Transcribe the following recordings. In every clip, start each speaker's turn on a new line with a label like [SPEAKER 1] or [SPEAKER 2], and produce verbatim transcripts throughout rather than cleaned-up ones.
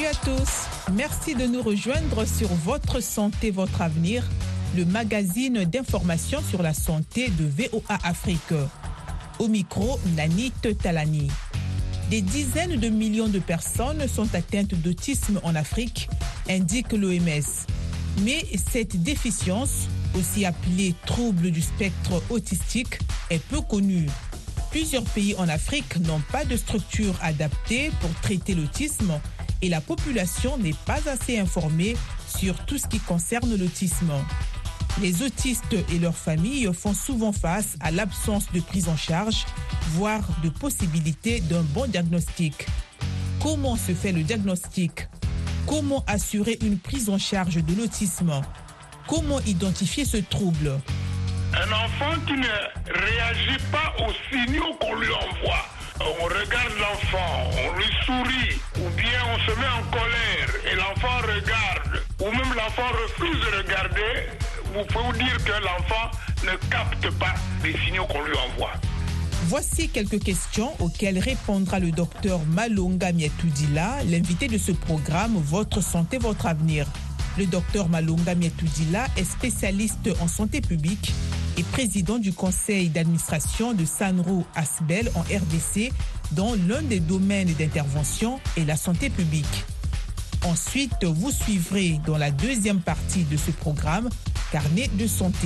[SPEAKER 1] Salut à tous. Merci de nous rejoindre sur Votre Santé, Votre Avenir, le magazine d'information sur la santé de V O A Afrique. Au micro, Nanit Talani. Des dizaines de millions de personnes sont atteintes d'autisme en Afrique, indique l'O M S. Mais cette déficience, aussi appelée trouble du spectre autistique, est peu connue. Plusieurs pays en Afrique n'ont pas de structure adaptée pour traiter l'autisme et la population n'est pas assez informée sur tout ce qui concerne l'autisme. Les autistes et leurs familles font souvent face à l'absence de prise en charge, voire de possibilité d'un bon diagnostic. Comment se fait le diagnostic? Comment assurer une prise en charge de l'autisme? Comment identifier ce trouble?
[SPEAKER 2] Un enfant qui ne réagit pas aux signaux qu'on lui envoie. On regarde l'enfant, on lui sourit, ou bien on se met en colère et l'enfant regarde, ou même l'enfant refuse de regarder, vous pouvez vous dire que l'enfant ne capte pas les signaux qu'on lui envoie.
[SPEAKER 1] Voici quelques questions auxquelles répondra le docteur Malonga Mietoudila, l'invité de ce programme Votre Santé, Votre Avenir. Le docteur Malonga Mietoudila est spécialiste en santé publique et président du conseil d'administration de Sanro Asbel en R D C, dont l'un des domaines d'intervention est la santé publique. Ensuite, vous suivrez dans la deuxième partie de ce programme Carnet de santé.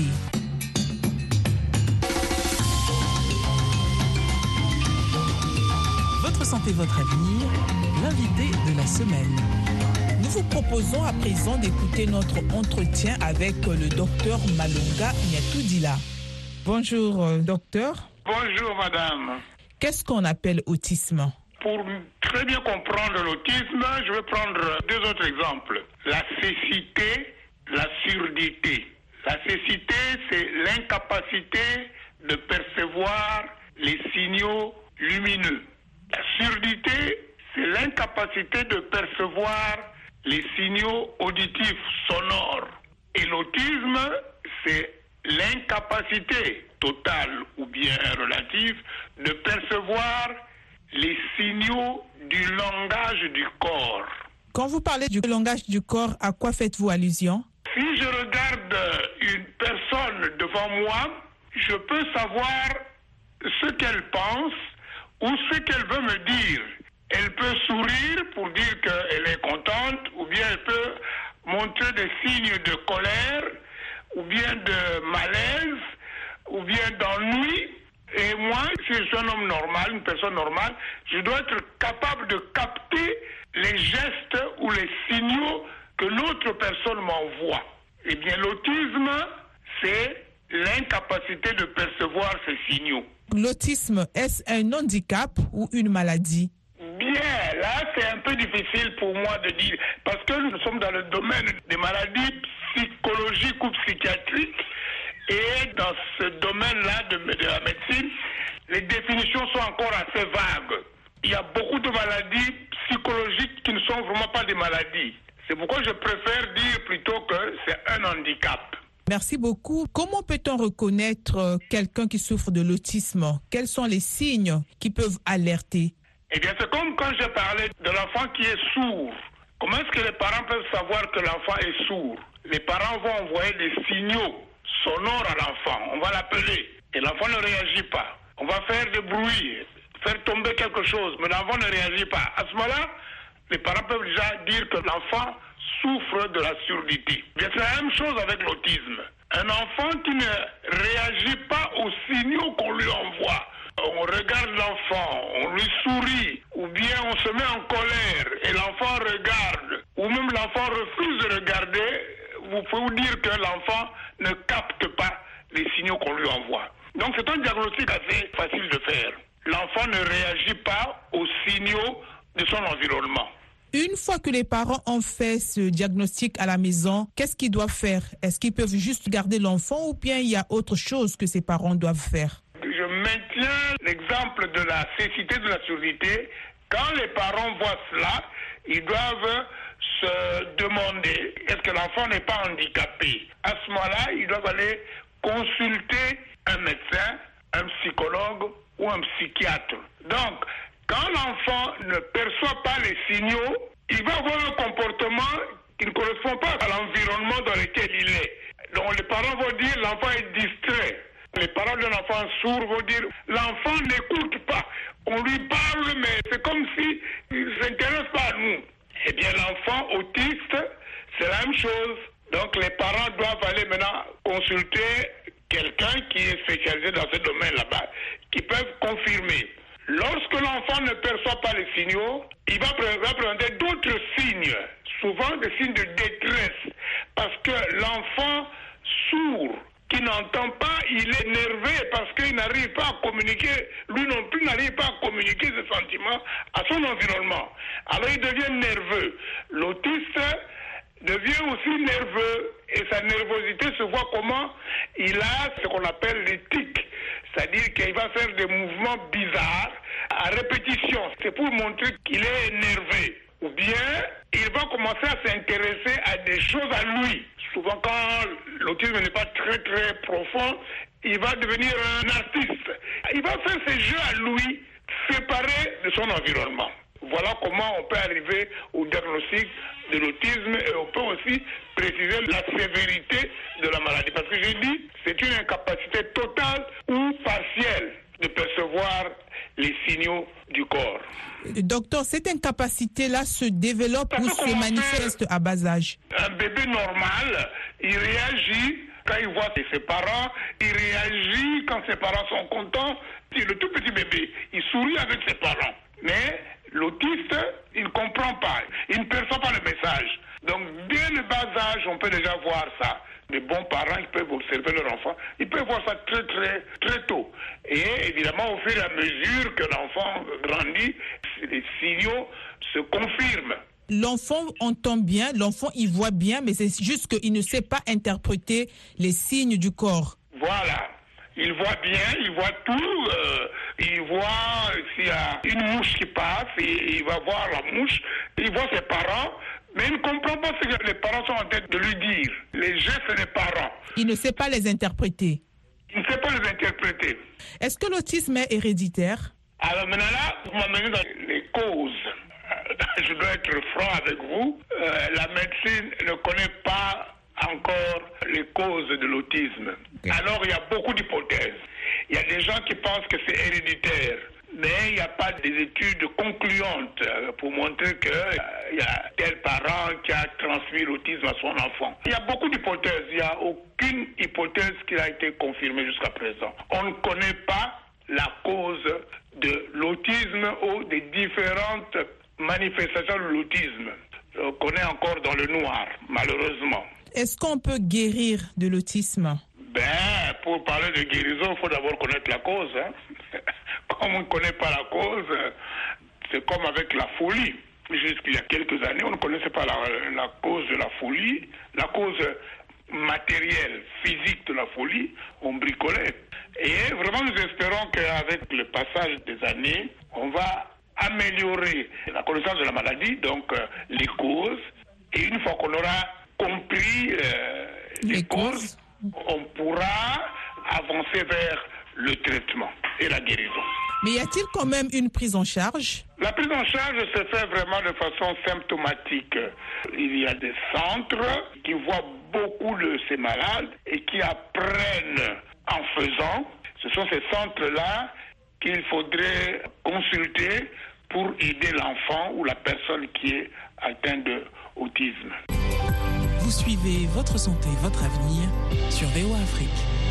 [SPEAKER 1] Votre santé, votre avenir, l'invité de la semaine. Nous vous proposons à présent d'écouter notre entretien avec le docteur Malonga Mietoudila. Bonjour, docteur.
[SPEAKER 2] Bonjour, madame.
[SPEAKER 1] Qu'est-ce qu'on appelle autisme?
[SPEAKER 2] Pour très bien comprendre l'autisme, je vais prendre deux autres exemples. La cécité, la surdité. La cécité, c'est l'incapacité de percevoir les signaux lumineux. La surdité, c'est l'incapacité de percevoir les signaux auditifs sonores. Et l'autisme, c'est l'incapacité totale ou bien relative de percevoir les signaux du langage du corps.
[SPEAKER 1] Quand vous parlez du langage du corps, à quoi faites-vous allusion?
[SPEAKER 2] Si je regarde une personne devant moi, je peux savoir ce qu'elle pense ou ce qu'elle veut me dire. Elle peut sourire pour dire qu'elle est contente, ou bien elle peut montrer des signes de colère, ou bien de malaise, ou bien d'ennui. Et moi, si je suis un homme normal, une personne normale, je dois être capable de capter les gestes ou les signaux que l'autre personne m'envoie. Eh bien, l'autisme, c'est l'incapacité de percevoir ces signaux.
[SPEAKER 1] L'autisme, est-ce un handicap ou une maladie?
[SPEAKER 2] Bien, là, c'est un peu difficile pour moi de dire, parce que nous sommes dans le domaine des maladies psychologiques ou psychiatriques, et dans ce domaine-là de, de la médecine, les définitions sont encore assez vagues. Il y a beaucoup de maladies psychologiques qui ne sont vraiment pas des maladies. C'est pourquoi je préfère dire plutôt que c'est un handicap.
[SPEAKER 1] Merci beaucoup. Comment peut-on reconnaître quelqu'un qui souffre de l'autisme? Quels sont les signes qui peuvent alerter?
[SPEAKER 2] Eh bien, c'est comme quand je parlais de l'enfant qui est sourd. Comment est-ce que les parents peuvent savoir que l'enfant est sourd? Les parents vont envoyer des signaux sonores à l'enfant. On va l'appeler et l'enfant ne réagit pas. On va faire des bruits, faire tomber quelque chose, mais l'enfant ne réagit pas. À ce moment-là, les parents peuvent déjà dire que l'enfant souffre de la surdité. C'est la même chose avec l'autisme. Un enfant qui ne réagit pas aux signaux qu'on lui envoie. On regarde l'enfant, on lui sourit, ou bien on se met en colère et l'enfant regarde, ou même l'enfant refuse de regarder, vous pouvez vous dire que l'enfant ne capte pas les signaux qu'on lui envoie. Donc c'est un diagnostic assez facile de faire. L'enfant ne réagit pas aux signaux de son environnement.
[SPEAKER 1] Une fois que les parents ont fait ce diagnostic à la maison, qu'est-ce qu'ils doivent faire? Est-ce qu'ils peuvent juste garder l'enfant ou bien il y a autre chose que ces parents doivent faire?
[SPEAKER 2] Je maintiens l'exemple de la cécité, de la surdité. Quand les parents voient cela, ils doivent se demander est-ce que l'enfant n'est pas handicapé. À ce moment-là, ils doivent aller consulter un médecin, un psychologue ou un psychiatre. Donc, quand l'enfant ne perçoit pas les signaux, il va avoir un comportement qui ne correspond pas à l'environnement dans lequel il est. Donc les parents vont dire l'enfant est distrait. Les parents d'un enfant sourd vont dire l'enfant n'écoute pas. On lui parle, mais c'est comme si il ne s'intéresse pas à nous. Eh bien, l'enfant autiste, c'est la même chose. Donc les parents doivent aller maintenant consulter quelqu'un qui est spécialisé dans ce domaine là-bas, qui peuvent confirmer. Lorsque l'enfant ne perçoit pas les signaux, il va présenter d'autres signes, souvent des signes de détresse, parce que l'enfant sourd qui n'entend pas, il est nerveux parce qu'il n'arrive pas à communiquer, lui non plus n'arrive pas à communiquer ses sentiments à son environnement. Alors il devient nerveux. L'autiste devient aussi nerveux et sa nervosité se voit comment il a ce qu'on appelle les tics, c'est-à-dire qu'il va faire des mouvements bizarres à répétition. C'est pour montrer qu'il est énervé. Ou bien il va commencer à s'intéresser à des choses à lui. Souvent quand l'autisme n'est pas très très profond, il va devenir un artiste. Il va faire ses jeux à lui, séparés de son environnement. Voilà comment on peut arriver au diagnostic de l'autisme et on peut aussi préciser la sévérité de la maladie. Parce que j'ai dit, c'est une incapacité totale ou partielle de percevoir les signaux du corps.
[SPEAKER 1] Docteur, cette incapacité-là se développe ou se manifeste à bas âge?
[SPEAKER 2] Un bébé normal, il réagit quand il voit ses parents, il réagit quand ses parents sont contents. Le tout petit bébé, il sourit avec ses parents. Mais l'autiste, il ne comprend pas, il ne perçoit pas le message. Donc, dès le bas âge, on peut déjà voir ça. Les bons parents, ils peuvent observer leur enfant, ils peuvent voir ça très, très, très tôt. Et évidemment, au fur et à mesure que l'enfant grandit, les signaux se confirment.
[SPEAKER 1] L'enfant entend bien, l'enfant il voit bien, mais c'est juste qu'il ne sait pas interpréter les signes du corps.
[SPEAKER 2] Voilà. Il voit bien, il voit tout, euh, il voit s'il y a une mouche qui passe, et il va voir la mouche, il voit ses parents, mais il ne comprend pas ce que les parents sont en train de lui dire, les gestes des parents. Il
[SPEAKER 1] ne sait pas les interpréter.
[SPEAKER 2] Il ne sait pas les interpréter.
[SPEAKER 1] Est-ce que l'autisme est héréditaire?
[SPEAKER 2] Alors maintenant là, vous m'amenez dans les causes. Je dois être franc avec vous, euh, la médecine ne connaît pas encore les causes de l'autisme. Okay. Alors il y a beaucoup d'hypothèses. Il y a des gens qui pensent que c'est héréditaire, mais il n'y a pas des études concluantes pour montrer qu'il euh, y a tel parent qui a transmis l'autisme à son enfant. Il y a beaucoup d'hypothèses. Il n'y a aucune hypothèse qui a été confirmée jusqu'à présent. On ne connaît pas la cause de l'autisme ou des différentes manifestations de l'autisme. On connaît encore dans le noir, malheureusement.
[SPEAKER 1] Est-ce qu'on peut guérir de l'autisme?
[SPEAKER 2] Ben, pour parler de guérison, il faut d'abord connaître la cause. Hein. Comme on ne connaît pas la cause, c'est comme avec la folie. Jusqu'il y a quelques années, on ne connaissait pas la, la cause de la folie. La cause matérielle, physique de la folie, on bricolait. Et vraiment, nous espérons qu'avec le passage des années, on va améliorer la connaissance de la maladie, donc euh, les causes. Et une fois qu'on aura compris euh, les, les causes, on pourra avancer vers le traitement et la guérison.
[SPEAKER 1] Mais y a-t-il quand même une prise en charge?
[SPEAKER 2] La prise en charge se fait vraiment de façon symptomatique. Il y a des centres qui voient beaucoup de ces malades et qui apprennent en faisant. Ce sont ces centres-là qu'il faudrait consulter pour aider l'enfant ou la personne qui est atteinte d'autisme.
[SPEAKER 3] Vous suivez Votre Santé, Votre Avenir sur V O A Afrique.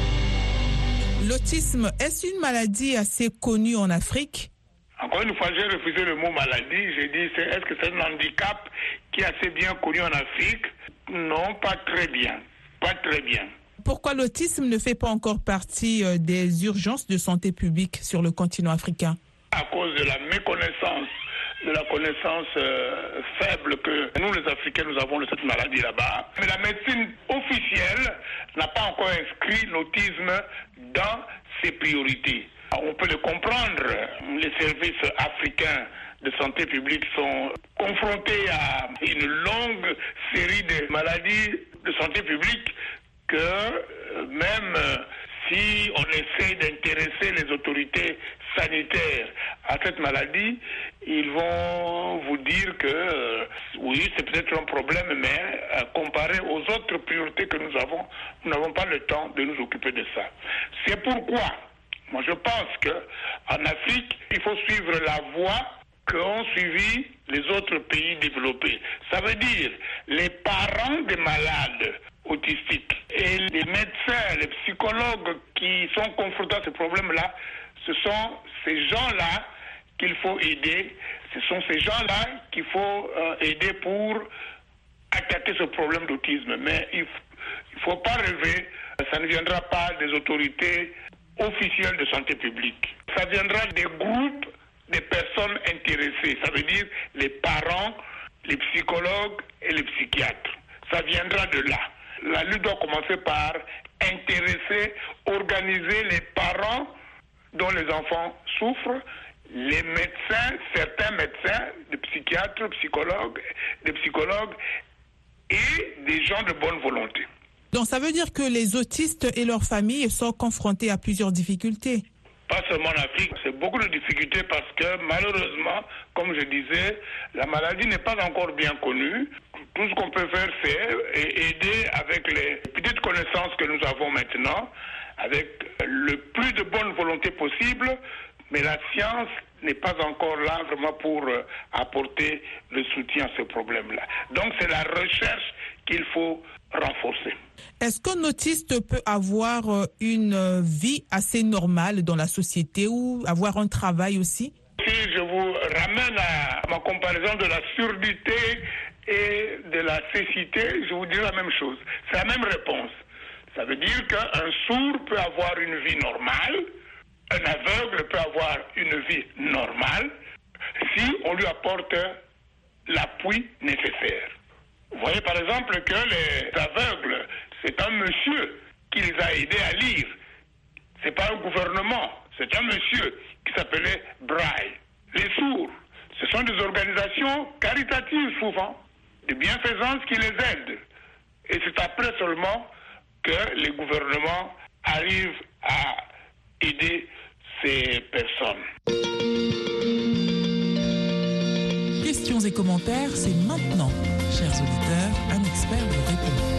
[SPEAKER 1] L'autisme, est-ce une maladie assez connue en Afrique?
[SPEAKER 2] Encore une fois, j'ai refusé le mot maladie. J'ai dit, c'est, est-ce que c'est un handicap qui est assez bien connu en Afrique? Non, pas très bien. Pas très bien.
[SPEAKER 1] Pourquoi l'autisme ne fait pas encore partie des urgences de santé publique sur le continent africain?
[SPEAKER 2] À cause de la méconnaissance, de la connaissance euh, faible que nous, les Africains, nous avons de cette maladie là-bas. Mais la médecine officielle n'a pas encore inscrit l'autisme dans ses priorités. On peut le comprendre. Les services africains de santé publique sont confrontés à une longue série de maladies de santé publique que même si on essaie d'intéresser les autorités sanitaire à cette maladie, ils vont vous dire que euh, oui, c'est peut-être un problème, mais euh, comparé aux autres priorités que nous avons, nous n'avons pas le temps de nous occuper de ça. C'est pourquoi, moi je pense qu'en Afrique, il faut suivre la voie qu'ont suivi les autres pays développés. Ça veut dire les parents des malades autistiques et les médecins, les psychologues qui sont confrontés à ce problème-là, ce sont ces gens-là qu'il faut aider. Ce sont ces gens-là qu'il faut euh, aider pour attaquer ce problème d'autisme. Mais il ne faut pas rêver, ça ne viendra pas des autorités officielles de santé publique. Ça viendra des groupes des personnes intéressées, ça veut dire les parents, les psychologues et les psychiatres. Ça viendra de là. La lutte doit commencer par intéresser, organiser les parents dont les enfants souffrent, les médecins, certains médecins, des psychiatres, psychologues, des psychologues et des gens de bonne volonté.
[SPEAKER 1] Donc ça veut dire que les autistes et leurs familles sont confrontés à plusieurs difficultés.
[SPEAKER 2] Pas seulement en Afrique, c'est beaucoup de difficultés parce que malheureusement, comme je disais, la maladie n'est pas encore bien connue. Tout ce qu'on peut faire, c'est aider avec les petites connaissances que nous avons maintenant, avec le plus de bonne volonté possible, mais la science n'est pas encore là vraiment pour apporter le soutien à ce problème-là. Donc c'est la recherche qu'il faut renforcer.
[SPEAKER 1] Est-ce qu'un autiste peut avoir une vie assez normale dans la société ou avoir un travail aussi?
[SPEAKER 2] Si je vous ramène à ma comparaison de la surdité et de la cécité, je vous dirai la même chose. C'est la même réponse. Ça veut dire qu'un sourd peut avoir une vie normale, un aveugle peut avoir une vie normale si on lui apporte l'appui nécessaire. Vous voyez par exemple que les aveugles, c'est un monsieur qui les a aidés à lire. C'est pas un gouvernement, c'est un monsieur qui s'appelait Braille. Les sourds, ce sont des organisations caritatives souvent, de bienfaisance qui les aident. Et c'est après seulement que les gouvernements arrivent à aider ces personnes.
[SPEAKER 3] Questions et commentaires, c'est maintenant. Chers auditeurs, un expert vous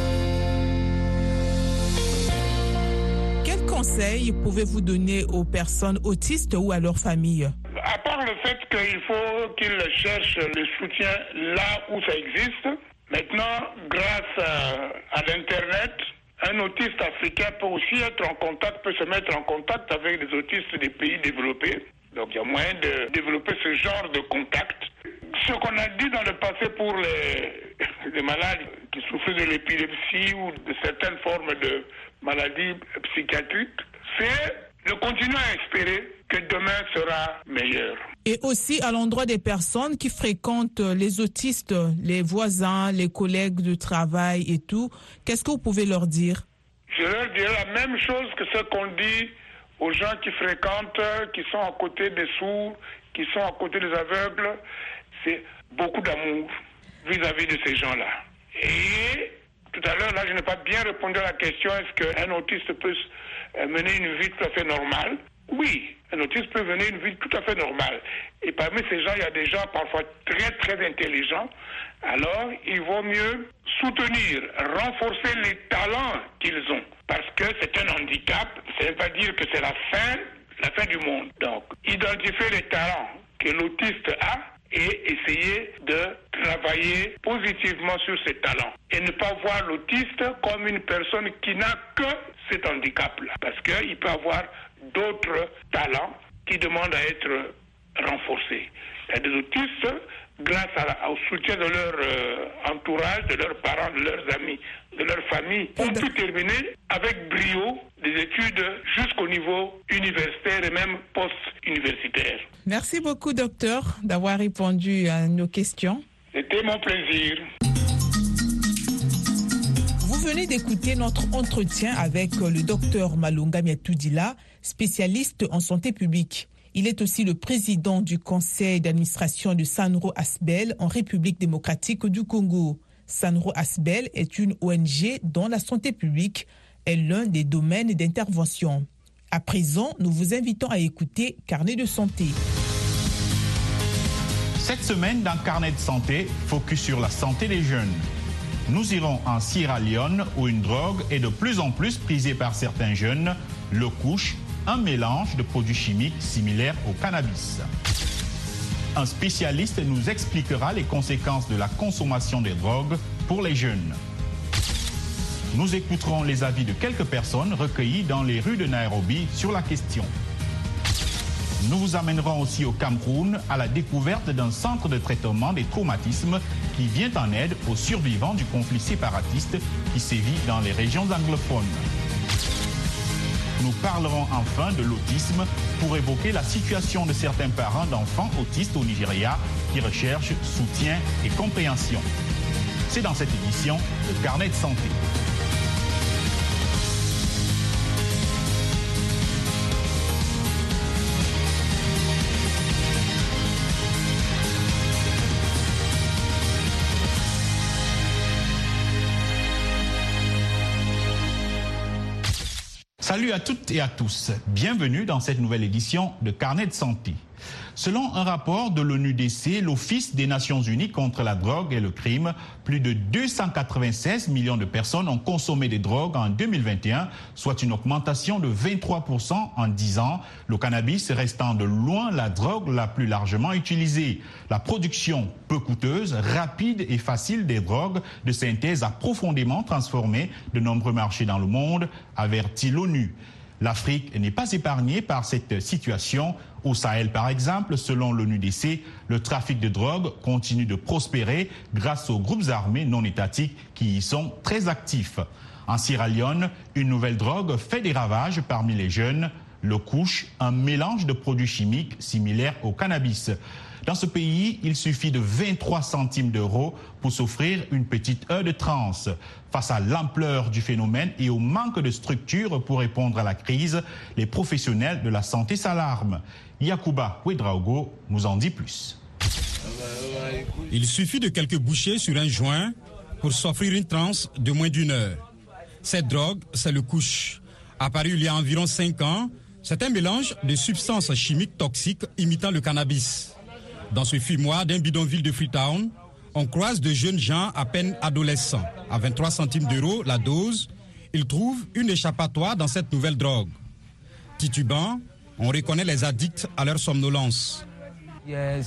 [SPEAKER 3] répond.
[SPEAKER 1] Quels conseils pouvez-vous donner aux personnes autistes ou à leur famille?
[SPEAKER 2] À part le fait qu'il faut qu'ils cherchent le soutien là où ça existe, maintenant, grâce à, à l'Internet, un autiste africain peut aussi être en contact, peut se mettre en contact avec des autistes des pays développés. Donc il y a moyen de développer ce genre de contact. Ce qu'on a dit dans le passé pour les, les malades qui souffrent de l'épilepsie ou de certaines formes de maladies psychiatriques, c'est de continuer à espérer que demain sera meilleur.
[SPEAKER 1] Et aussi à l'endroit des personnes qui fréquentent les autistes, les voisins, les collègues de travail et tout, qu'est-ce que vous pouvez leur dire?
[SPEAKER 2] Je leur dirais la même chose que ce qu'on dit aux gens qui fréquentent, qui sont à côté des sourds, qui sont à côté des aveugles. C'est beaucoup d'amour vis-à-vis de ces gens-là. Et tout à l'heure, là, je n'ai pas bien répondu à la question, est-ce qu'un autiste peut mener une vie tout à fait normale? Oui, un autiste peut mener une vie tout à fait normale. Et parmi ces gens, il y a des gens parfois très, très intelligents. Alors, il vaut mieux soutenir, renforcer les talents qu'ils ont. Parce que c'est un handicap, ça ne veut pas dire que c'est la fin, la fin du monde. Donc, identifier les talents que l'autiste a et essayer de travailler positivement sur ses talents. Et ne pas voir l'autiste comme une personne qui n'a que cet handicap-là. Parce qu'il peut avoir d'autres talents qui demandent à être renforcés. Il y a des autistes, grâce à la, au soutien de leur euh, entourage, de leurs parents, de leurs amis, de leur famille, ont pu terminer avec brio des études jusqu'au niveau universitaire et même post-universitaire.
[SPEAKER 1] Merci beaucoup, docteur, d'avoir répondu à nos questions.
[SPEAKER 2] C'était mon plaisir.
[SPEAKER 1] Vous venez d'écouter notre entretien avec le docteur Malunga Miatoudila, spécialiste en santé publique. Il est aussi le président du conseil d'administration de Sanro Asbel en République démocratique du Congo. Sanro Asbel est une O N G dont la santé publique est l'un des domaines d'intervention. À présent, nous vous invitons à écouter Carnet de santé.
[SPEAKER 4] Cette semaine, dans Carnet de santé, focus sur la santé des jeunes. Nous irons en Sierra Leone où une drogue est de plus en plus prisée par certains jeunes, le couche, un mélange de produits chimiques similaires au cannabis. Un spécialiste nous expliquera les conséquences de la consommation des drogues pour les jeunes. Nous écouterons les avis de quelques personnes recueillies dans les rues de Nairobi sur la question. Nous vous amènerons aussi au Cameroun à la découverte d'un centre de traitement des traumatismes qui vient en aide aux survivants du conflit séparatiste qui sévit dans les régions anglophones. Nous parlerons enfin de l'autisme pour évoquer la situation de certains parents d'enfants autistes au Nigeria qui recherchent soutien et compréhension. C'est dans cette édition de Carnet de santé. Salut à toutes et à tous. Bienvenue dans cette nouvelle édition de Carnet de santé. Selon un rapport de l'O N U D C, l'Office des Nations Unies contre la drogue et le crime, plus de deux cent quatre-vingt-seize millions de personnes ont consommé des drogues en deux mille vingt et un, soit une augmentation de vingt-trois pour cent en dix ans, le cannabis restant de loin la drogue la plus largement utilisée. La production peu coûteuse, rapide et facile des drogues de synthèse a profondément transformé de nombreux marchés dans le monde, avertit l'ONU. L'Afrique n'est pas épargnée par cette situation. Au Sahel, par exemple, selon l'O N U D C, le trafic de drogue continue de prospérer grâce aux groupes armés non étatiques qui y sont très actifs. En Sierra Leone, une nouvelle drogue fait des ravages parmi les jeunes, le couche, un mélange de produits chimiques similaires au cannabis. Dans ce pays, il suffit de vingt-trois centimes d'euros pour s'offrir une petite heure de transe. Face à l'ampleur du phénomène et au manque de structures pour répondre à la crise, les professionnels de la santé s'alarment. Yacouba Ouedraogo nous en dit plus.
[SPEAKER 5] Il suffit de quelques bouchées sur un joint pour s'offrir une transe de moins d'une heure. Cette drogue, c'est le couche. Apparu il y a environ cinq ans, c'est un mélange de substances chimiques toxiques imitant le cannabis. Dans ce fumoir d'un bidonville de Freetown, on croise de jeunes gens à peine adolescents. À vingt-trois centimes d'euros la dose, ils trouvent une échappatoire dans cette nouvelle drogue. Titubant, on reconnaît les addicts à leur somnolence.
[SPEAKER 6] Ils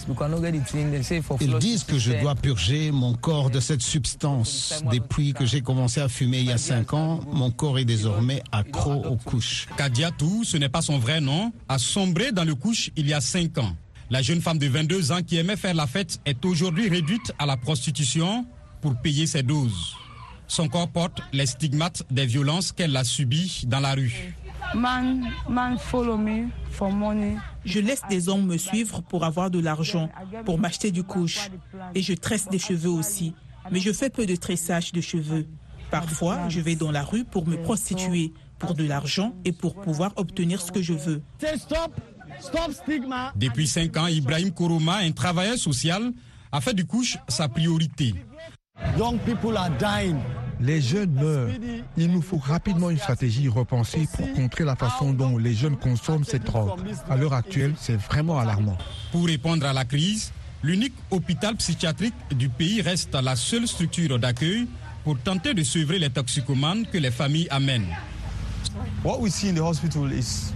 [SPEAKER 6] disent que je dois purger mon corps de cette substance. Depuis que j'ai commencé à fumer il y a cinq ans, mon corps est désormais accro aux couches.
[SPEAKER 5] Kadiatou, ce n'est pas son vrai nom, a sombré dans le couche il y a cinq ans. La jeune femme de vingt-deux ans qui aimait faire la fête est aujourd'hui réduite à la prostitution pour payer ses doses. Son corps porte les stigmates des violences qu'elle a subies dans la rue.
[SPEAKER 7] Man, man follow me for money.
[SPEAKER 1] Je laisse des hommes me suivre pour avoir de l'argent, pour m'acheter du couche. Et je tresse des cheveux aussi. Mais je fais peu de tressage de cheveux. Parfois, je vais dans la rue pour me prostituer, pour de l'argent et pour pouvoir obtenir ce que je veux.
[SPEAKER 5] Depuis cinq ans, Ibrahim Koroma, un travailleur social, a fait du couche sa priorité.
[SPEAKER 8] Les jeunes meurent. Il nous faut rapidement une stratégie repensée pour contrer la façon dont les jeunes consomment cette drogue. À l'heure actuelle, c'est vraiment alarmant.
[SPEAKER 5] Pour répondre à la crise, l'unique hôpital psychiatrique du pays reste la seule structure d'accueil pour tenter de sevrer les toxicomanes que les familles amènent.
[SPEAKER 9] What we see in the hospital is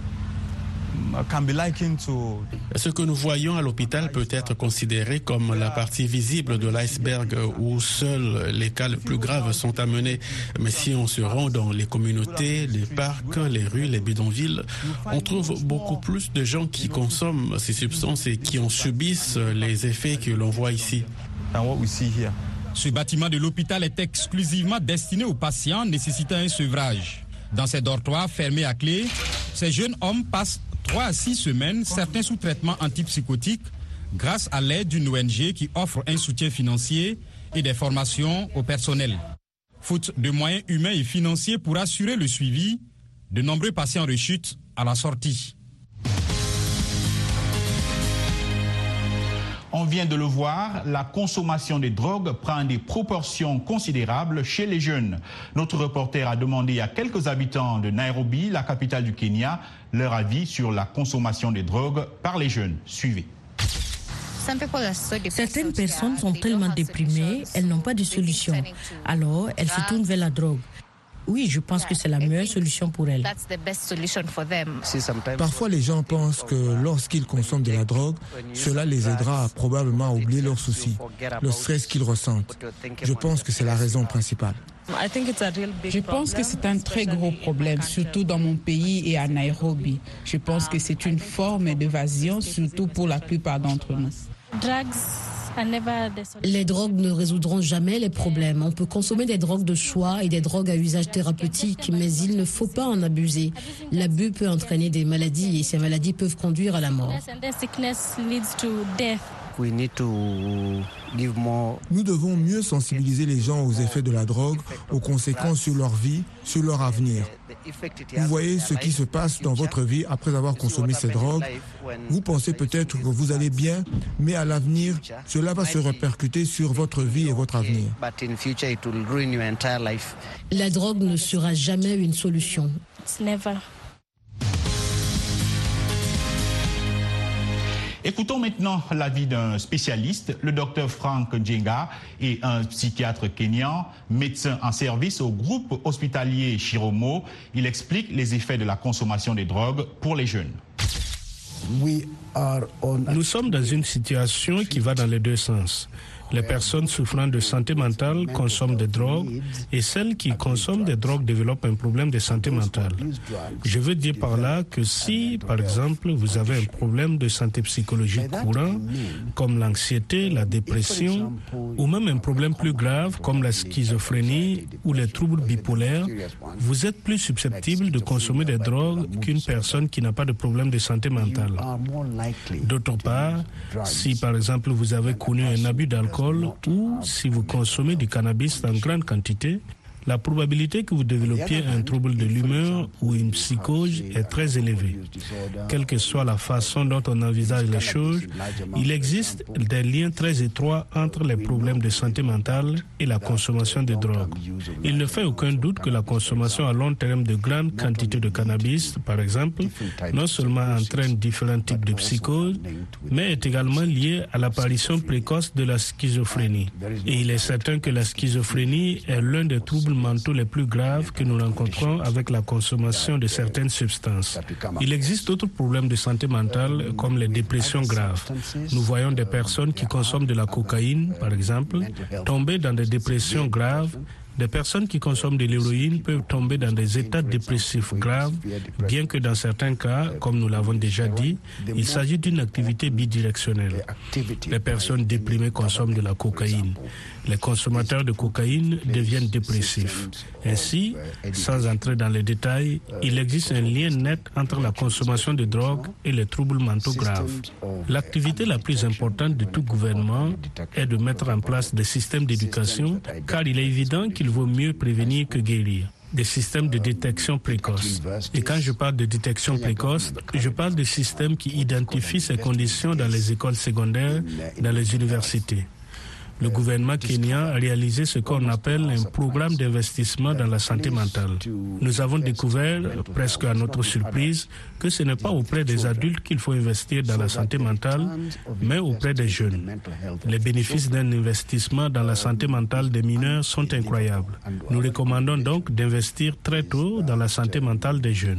[SPEAKER 10] Ce que nous voyons à l'hôpital peut être considéré comme la partie visible de l'iceberg où seuls les cas les plus graves sont amenés. Mais si on se rend dans les communautés, les parcs, les rues, les bidonvilles, on trouve beaucoup plus de gens qui consomment ces substances et qui en subissent les effets que l'on voit ici.
[SPEAKER 5] Ce bâtiment de l'hôpital est exclusivement destiné aux patients nécessitant un sevrage. Dans ces dortoirs fermés à clé, ces jeunes hommes passent trois à six semaines, certains sous traitement antipsychotique, grâce à l'aide d'une O N G qui offre un soutien financier et des formations au personnel. Faute de moyens humains et financiers pour assurer le suivi, de nombreux patients rechutent à la sortie.
[SPEAKER 4] On vient de le voir, la consommation des drogues prend des proportions considérables chez les jeunes. Notre reporter a demandé à quelques habitants de Nairobi, la capitale du Kenya, leur avis sur la consommation des drogues par les jeunes. Suivez.
[SPEAKER 11] Certaines personnes sont tellement déprimées, elles n'ont pas de solution. Alors, elles se tournent vers la drogue. Oui, je pense que c'est la meilleure solution pour elles.
[SPEAKER 8] Parfois, les gens pensent que lorsqu'ils consomment de la drogue, cela les aidera probablement à oublier leurs soucis, le stress qu'ils ressentent. Je pense que c'est la raison principale.
[SPEAKER 12] Je pense que c'est un très gros problème, surtout dans mon pays et à Nairobi. Je pense que c'est une forme d'évasion, surtout pour la plupart d'entre nous.
[SPEAKER 11] Les drogues ne résoudront jamais les problèmes. On peut consommer des drogues de choix et des drogues à usage thérapeutique, mais il ne faut pas en abuser. L'abus peut entraîner des maladies et ces maladies peuvent conduire à la mort.
[SPEAKER 8] Nous devons mieux sensibiliser les gens aux effets de la drogue, aux conséquences sur leur vie, sur leur avenir. Vous voyez ce qui se passe dans votre vie après avoir consommé ces drogues. Vous pensez peut-être que vous allez bien, mais à l'avenir, cela va se répercuter sur votre vie et votre avenir.
[SPEAKER 11] La drogue ne sera jamais une solution.
[SPEAKER 4] Écoutons maintenant l'avis d'un spécialiste, le docteur Frank Njenga est un psychiatre kényan, médecin en service au groupe hospitalier Chiromo. Il explique les effets de la consommation des drogues pour les jeunes.
[SPEAKER 13] Nous sommes dans une situation qui va dans les deux sens. Les personnes souffrant de santé mentale consomment des drogues et celles qui consomment des drogues développent un problème de santé mentale. Je veux dire par là que si, par exemple, vous avez un problème de santé psychologique courant, comme l'anxiété, la dépression, ou même un problème plus grave comme la schizophrénie ou les troubles bipolaires, vous êtes plus susceptible de consommer des drogues qu'une personne qui n'a pas de problème de santé mentale. D'autre part, si par exemple vous avez connu un abus d'alcool, ou si vous consommez du cannabis en grande quantité, la probabilité que vous développiez un trouble de l'humeur ou une psychose est très élevée. Quelle que soit la façon dont on envisage les choses, il existe des liens très étroits entre les problèmes de santé mentale et la consommation de drogue. Il ne fait aucun doute que la consommation à long terme de grandes quantités de cannabis, par exemple, non seulement entraîne différents types de psychoses, mais est également liée à l'apparition précoce de la schizophrénie. Et il est certain que la schizophrénie est l'un des troubles mentaux les plus graves que nous rencontrons avec la consommation de certaines substances. Il existe d'autres problèmes de santé mentale comme les dépressions graves. Nous voyons des personnes qui consomment de la cocaïne, par exemple, tomber dans des dépressions graves. Des personnes qui consomment de l'héroïne peuvent tomber dans des états dépressifs graves, bien que dans certains cas, comme nous l'avons déjà dit, il s'agit d'une activité bidirectionnelle. Les personnes déprimées consomment de la cocaïne. Les consommateurs de cocaïne deviennent dépressifs. Ainsi, sans entrer dans les détails, il existe un lien net entre la consommation de drogue et les troubles mentaux graves. L'activité la plus importante de tout gouvernement est de mettre en place des systèmes d'éducation, car il est évident qu'il Il vaut mieux prévenir que guérir. Des systèmes de détection précoce. Et quand je parle de détection précoce, je parle de systèmes qui identifient ces conditions dans les écoles secondaires, dans les universités. Le gouvernement kenyan a réalisé ce qu'on appelle un programme d'investissement dans la santé mentale. Nous avons découvert, presque à notre surprise, que ce n'est pas auprès des adultes qu'il faut investir dans la santé mentale, mais auprès des jeunes. Les bénéfices d'un investissement dans la santé mentale des mineurs sont incroyables. Nous recommandons donc d'investir très tôt dans la santé mentale des jeunes.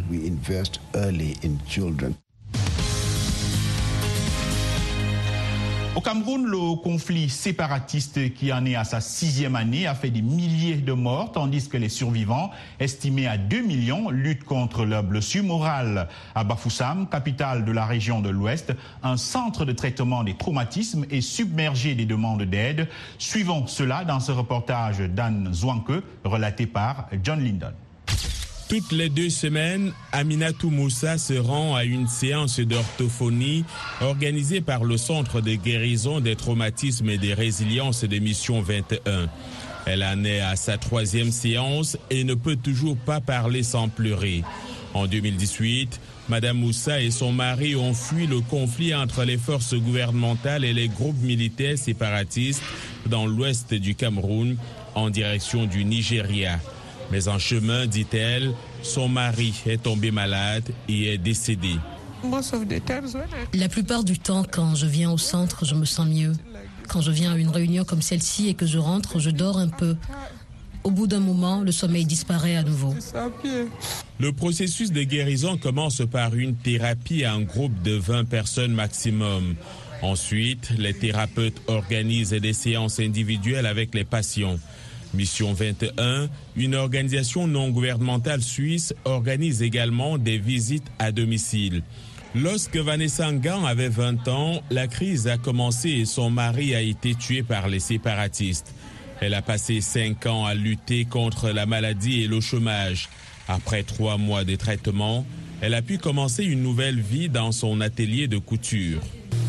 [SPEAKER 4] Au Cameroun, le conflit séparatiste qui en est à sa sixième année a fait des milliers de morts, tandis que les survivants, estimés à deux millions, luttent contre leurs blessures morales. À Bafoussam, capitale de la région de l'Ouest, un centre de traitement des traumatismes est submergé des demandes d'aide. Suivons cela dans ce reportage d'Anne Zouanke, relaté par John Lyndon.
[SPEAKER 14] Toutes les deux semaines, Aminatou Moussa se rend à une séance d'orthophonie organisée par le Centre de guérison des traumatismes et des résiliences des missions vingt et un. Elle en est à sa troisième séance et ne peut toujours pas parler sans pleurer. En deux mille dix-huit, Madame Moussa et son mari ont fui le conflit entre les forces gouvernementales et les groupes militaires séparatistes dans l'ouest du Cameroun en direction du Nigeria. Mais en chemin, dit-elle, son mari est tombé malade et est décédé.
[SPEAKER 11] La plupart du temps, quand je viens au centre, je me sens mieux. Quand je viens à une réunion comme celle-ci et que je rentre, je dors un peu. Au bout d'un moment, le sommeil disparaît à nouveau.
[SPEAKER 14] Le processus de guérison commence par une thérapie à un groupe de vingt personnes maximum. Ensuite, les thérapeutes organisent des séances individuelles avec les patients. Mission vingt et un, une organisation non gouvernementale suisse, organise également des visites à domicile. Lorsque Vanessa Ngan avait vingt ans, la crise a commencé et son mari a été tué par les séparatistes. Elle a passé cinq ans à lutter contre la maladie et le chômage. Après trois mois de traitement, elle a pu commencer une nouvelle vie dans son atelier de couture.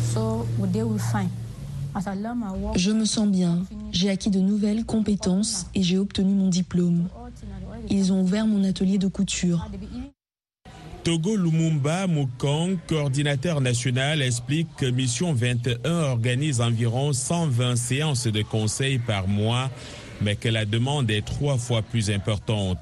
[SPEAKER 15] Je me sens bien. J'ai acquis de nouvelles compétences et j'ai obtenu mon diplôme. Ils ont ouvert mon atelier de couture.
[SPEAKER 14] Togo Lumumba Mukong, coordinateur national, explique que Mission vingt et un organise environ cent vingt séances de conseil par mois, mais que la demande est trois fois plus importante.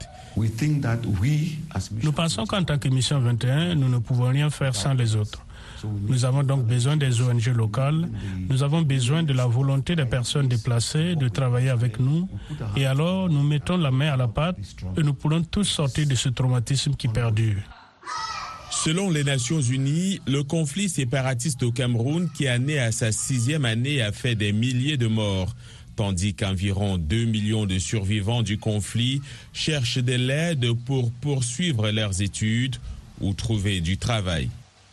[SPEAKER 13] Nous pensons qu'en tant que Mission vingt et un, nous ne pouvons rien faire sans les autres. Nous avons donc besoin des O N G locales, nous avons besoin de la volonté des personnes déplacées de travailler avec nous, et alors nous mettons la main à la pâte et nous pourrons tous sortir de ce traumatisme qui perdure.
[SPEAKER 14] Selon les Nations Unies, le conflit séparatiste au Cameroun, qui est né à sa sixième année, a fait des milliers de morts, tandis qu'environ deux millions de survivants du conflit cherchent de l'aide pour poursuivre leurs études ou trouver du travail.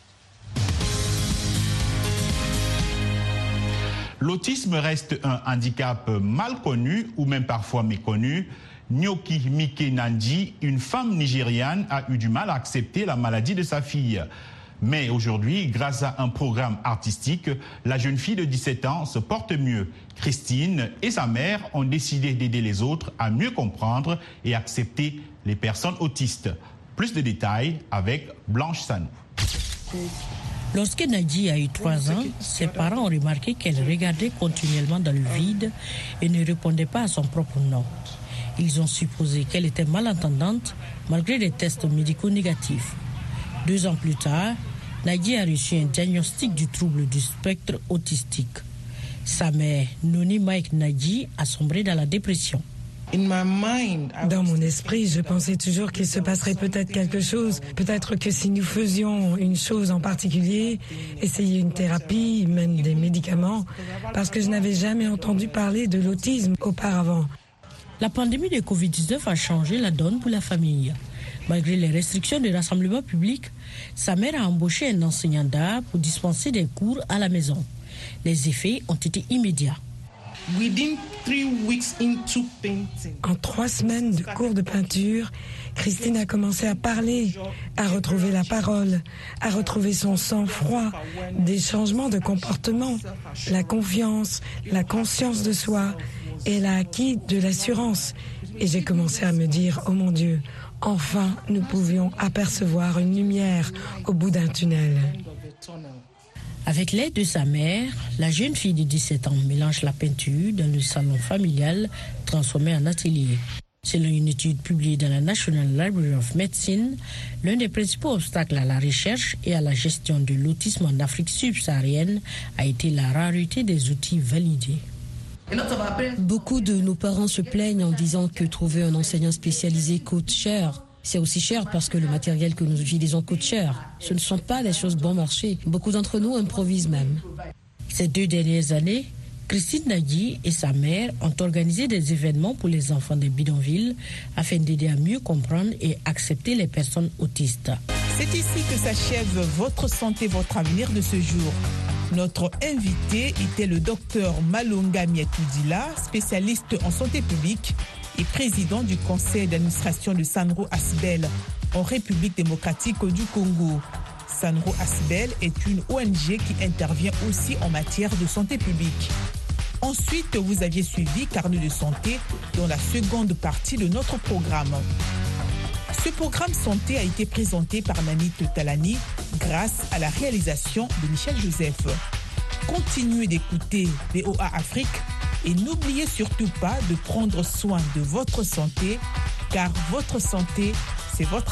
[SPEAKER 4] L'autisme reste un handicap mal connu ou même parfois méconnu. Nyoki Mike Nandi, une femme nigériane, a eu du mal à accepter la maladie de sa fille. Mais aujourd'hui, grâce à un programme artistique, la jeune fille de dix-sept ans se porte mieux. Christine et sa mère ont décidé d'aider les autres à mieux comprendre et accepter les personnes autistes. Plus de détails avec Blanche Sanou.
[SPEAKER 16] Lorsque Nadji a eu trois ans, ses parents ont remarqué qu'elle regardait continuellement dans le vide et ne répondait pas à son propre nom. Ils ont supposé qu'elle était malentendante malgré des tests médicaux négatifs. Deux ans plus tard, Nadji a reçu un diagnostic du trouble du spectre autistique. Sa mère, Noni Mike Nadji, a sombré dans la dépression.
[SPEAKER 17] Dans mon esprit, je pensais toujours qu'il se passerait peut-être quelque chose. Peut-être que si nous faisions une chose en particulier, essayer une thérapie, même des médicaments, parce que je n'avais jamais entendu parler de l'autisme auparavant.
[SPEAKER 16] La pandémie de covid dix-neuf a changé la donne pour la famille. Malgré les restrictions de rassemblement public, sa mère a embauché un enseignant d'art pour dispenser des cours à la maison. Les effets ont été immédiats.
[SPEAKER 17] En trois semaines de cours de peinture, Christine a commencé à parler, à retrouver la parole, à retrouver son sang-froid, des changements de comportement, la confiance, la conscience de soi. Elle a acquis de l'assurance. Et j'ai commencé à me dire, oh mon Dieu, enfin nous pouvions apercevoir une lumière au bout d'un tunnel.
[SPEAKER 16] Avec l'aide de sa mère, la jeune fille de dix-sept ans mélange la peinture dans le salon familial transformé en atelier. Selon une étude publiée dans la National Library of Medicine, l'un des principaux obstacles à la recherche et à la gestion de l'autisme en Afrique subsaharienne a été la rareté des outils validés.
[SPEAKER 11] Beaucoup de nos parents se plaignent en disant que trouver un enseignant spécialisé coûte cher. C'est aussi cher parce que le matériel que nous utilisons coûte cher. Ce ne sont pas des choses bon marché. Beaucoup d'entre nous improvisent même.
[SPEAKER 16] Ces deux dernières années, Christine Nadji et sa mère ont organisé des événements pour les enfants des bidonvilles afin d'aider à mieux comprendre et accepter les personnes autistes.
[SPEAKER 1] C'est ici que s'achève Votre santé, votre avenir de ce jour. Notre invité était le docteur Malonga Mietoudila, spécialiste en santé publique et président du conseil d'administration de Sanro Asbel en République démocratique du Congo. Sanro Asbel est une O N G qui intervient aussi en matière de santé publique. Ensuite, vous aviez suivi Carnet de santé dans la seconde partie de notre programme. Ce programme santé a été présenté par Nanit Talani grâce à la réalisation de Michel Joseph. Continuez d'écouter V O A Afrique et n'oubliez surtout pas de prendre soin de votre santé, car votre santé, c'est votre